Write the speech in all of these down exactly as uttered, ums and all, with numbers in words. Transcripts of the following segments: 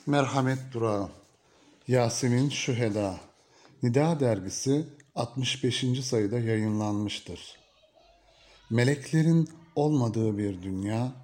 Merhamet Durağı Yasemin Şüheda Nida dergisi altmış beşinci sayıda yayınlanmıştır. Meleklerin olmadığı bir dünya,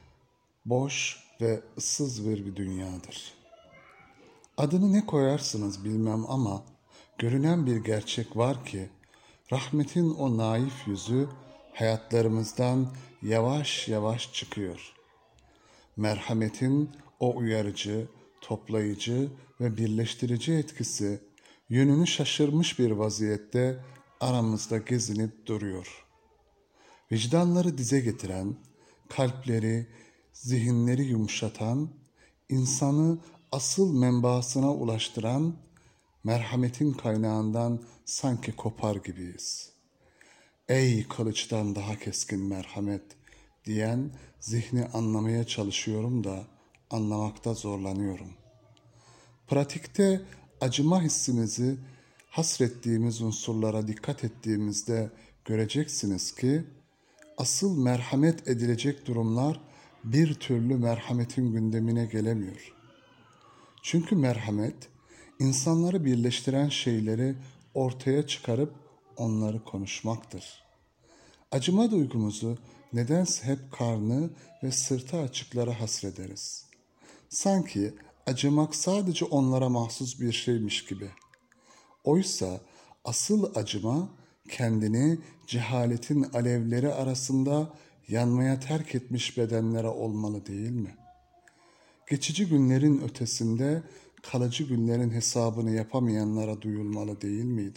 boş ve ıssız bir, bir dünyadır. Adını ne koyarsınız bilmem ama görünen bir gerçek var ki, rahmetin o naif yüzü hayatlarımızdan yavaş yavaş çıkıyor. Merhametin o uyarıcı, toplayıcı ve birleştirici etkisi yönünü şaşırmış bir vaziyette aramızda gezinip duruyor. Vicdanları dize getiren, kalpleri, zihinleri yumuşatan, insanı asıl menbaasına ulaştıran merhametin kaynağından sanki kopar gibiyiz. Ey kılıçtan daha keskin merhamet diyen zihni anlamaya çalışıyorum da anlamakta zorlanıyorum. Pratikte acıma hissimizi hasrettiğimiz unsurlara dikkat ettiğimizde göreceksiniz ki asıl merhamet edilecek durumlar bir türlü merhametin gündemine gelemiyor. Çünkü merhamet insanları birleştiren şeyleri ortaya çıkarıp onları konuşmaktır. Acıma duygumuzu nedense hep karnı ve sırtı açıklara hasrederiz. Sanki acımak sadece onlara mahsus bir şeymiş gibi. Oysa asıl acıma kendini cehaletin alevleri arasında yanmaya terk etmiş bedenlere olmalı değil mi? Geçici günlerin ötesinde kalıcı günlerin hesabını yapamayanlara duyulmalı değil miydi?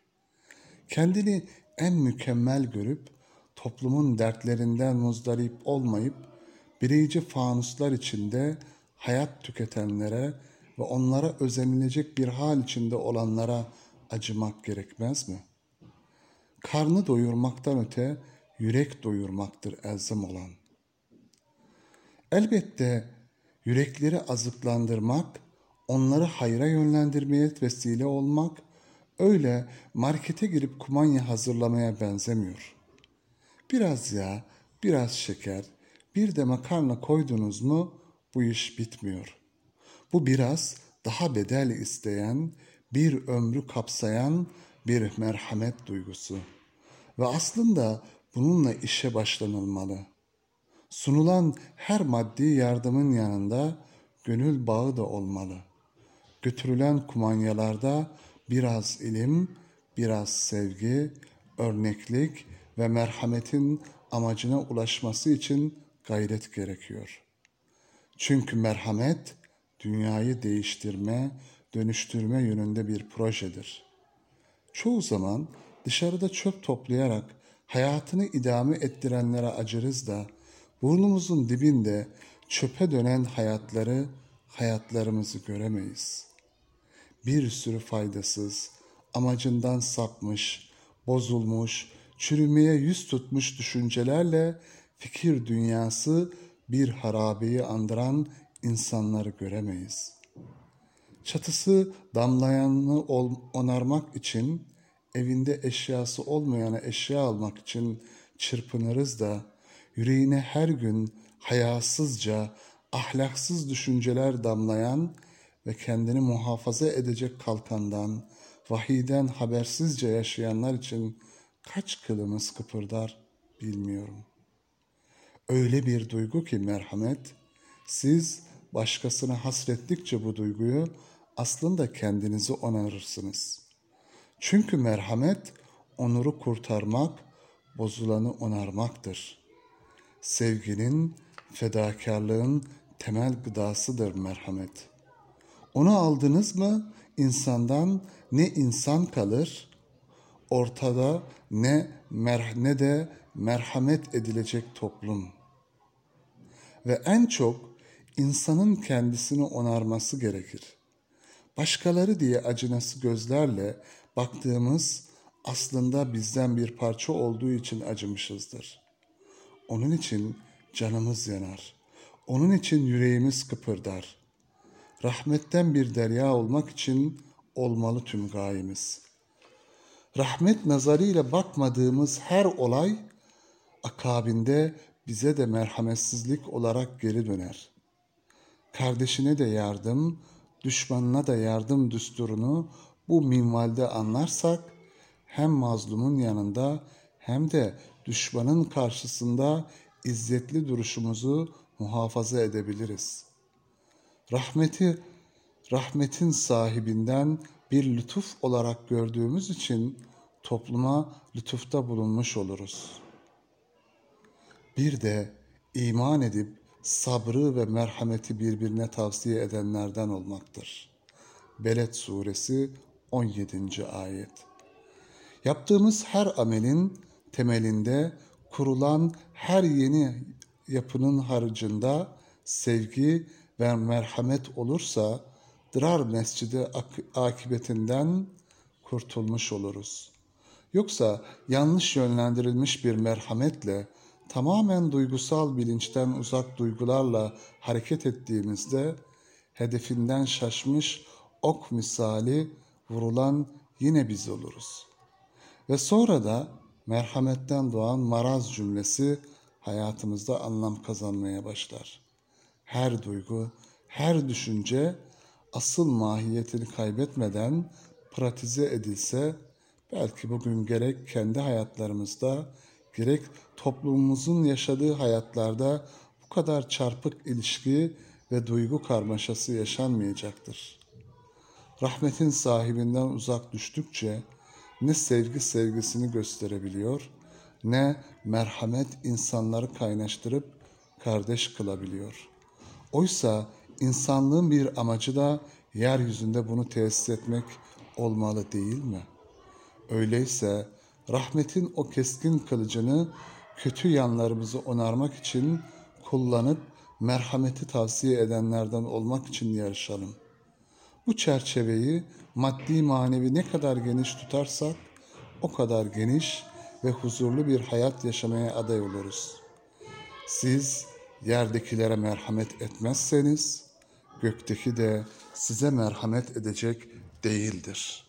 Kendini en mükemmel görüp toplumun dertlerinden muzdarip olmayıp bireyci fanuslar içinde hayat tüketenlere ve onlara özenilecek bir hal içinde olanlara acımak gerekmez mi? Karnı doyurmaktan öte yürek doyurmaktır elzem olan. Elbette yürekleri azıklandırmak, onları hayra yönlendirmeye vesile olmak, öyle markete girip kumanya hazırlamaya benzemiyor. Biraz yağ, biraz şeker, bir de makarna koydunuz mu bu iş bitmiyor. Bu biraz daha bedel isteyen, bir ömrü kapsayan bir merhamet duygusu. Ve aslında bununla işe başlanılmalı. Sunulan her maddi yardımın yanında gönül bağı da olmalı. Götürülen kumanyalarda biraz ilim, biraz sevgi, örneklik ve merhametin amacına ulaşması için gayret gerekiyor. Çünkü merhamet dünyayı değiştirme, dönüştürme yönünde bir projedir. Çoğu zaman dışarıda çöp toplayarak hayatını idame ettirenlere acırız da burnumuzun dibinde çöpe dönen hayatları, hayatlarımızı göremeyiz. Bir sürü faydasız, amacından sapmış, bozulmuş, çürümeye yüz tutmuş düşüncelerle fikir dünyası bir harabeyi andıran insanları göremeyiz. Çatısı damlayanı onarmak için, evinde eşyası olmayana eşya almak için çırpınırız da, yüreğine her gün hayasızca, ahlaksız düşünceler damlayan ve kendini muhafaza edecek kalkandan, vahiyden habersizce yaşayanlar için kaç kılımız kıpırdar bilmiyorum. Öyle bir duygu ki merhamet, siz başkasına hasrettikçe bu duyguyu aslında kendinizi onarırsınız. Çünkü merhamet onuru kurtarmak, bozulanı onarmaktır. Sevginin, fedakarlığın temel gıdasıdır merhamet. Onu aldınız mı insandan ne insan kalır, ortada ne mer ne de merhamet edilecek toplum. Ve en çok insanın kendisini onarması gerekir. Başkaları diye acınası gözlerle baktığımız aslında bizden bir parça olduğu için acımışızdır. Onun için canımız yanar. Onun için yüreğimiz kıpırdar. Rahmetten bir derya olmak için olmalı tüm gayemiz. Rahmet nazarıyla bakmadığımız her olay akabinde bize de merhametsizlik olarak geri döner. kardeşine de yardım, düşmanına da yardım düsturunu bu minvalde anlarsak, hem mazlumun yanında hem de düşmanın karşısında izzetli duruşumuzu muhafaza edebiliriz. Rahmeti, rahmetin sahibinden bir lütuf olarak gördüğümüz için topluma lütufta bulunmuş oluruz. Bir de iman edip sabrı ve merhameti birbirine tavsiye edenlerden olmaktır. Beled suresi on yedinci ayet. Yaptığımız her amelin temelinde, kurulan her yeni yapının haricinde sevgi ve merhamet olursa Dırar Mescidi akıbetinden kurtulmuş oluruz. Yoksa yanlış yönlendirilmiş bir merhametle, tamamen duygusal bilinçten uzak duygularla hareket ettiğimizde hedefinden şaşmış ok misali vurulan yine biz oluruz. Ve sonra da merhametten doğan maraz cümlesi hayatımızda anlam kazanmaya başlar. Her duygu, her düşünce asıl mahiyetini kaybetmeden pratize edilse, belki bugün gerek kendi hayatlarımızda, gerek toplumumuzun yaşadığı hayatlarda bu kadar çarpık ilişki ve duygu karmaşası yaşanmayacaktır. Rahmetin sahibinden uzak düştükçe ne sevgi sevgisini gösterebiliyor, ne merhamet insanları kaynaştırıp kardeş kılabiliyor. Oysa insanlığın bir amacı da yeryüzünde bunu tesis etmek olmalı değil mi? Öyleyse rahmetin o keskin kılıcını kötü yanlarımızı onarmak için kullanıp merhameti tavsiye edenlerden olmak için yarışalım. Bu çerçeveyi maddi manevi ne kadar geniş tutarsak o kadar geniş ve huzurlu bir hayat yaşamaya aday oluruz. Siz yerdekilere merhamet etmezseniz gökteki de size merhamet edecek değildir.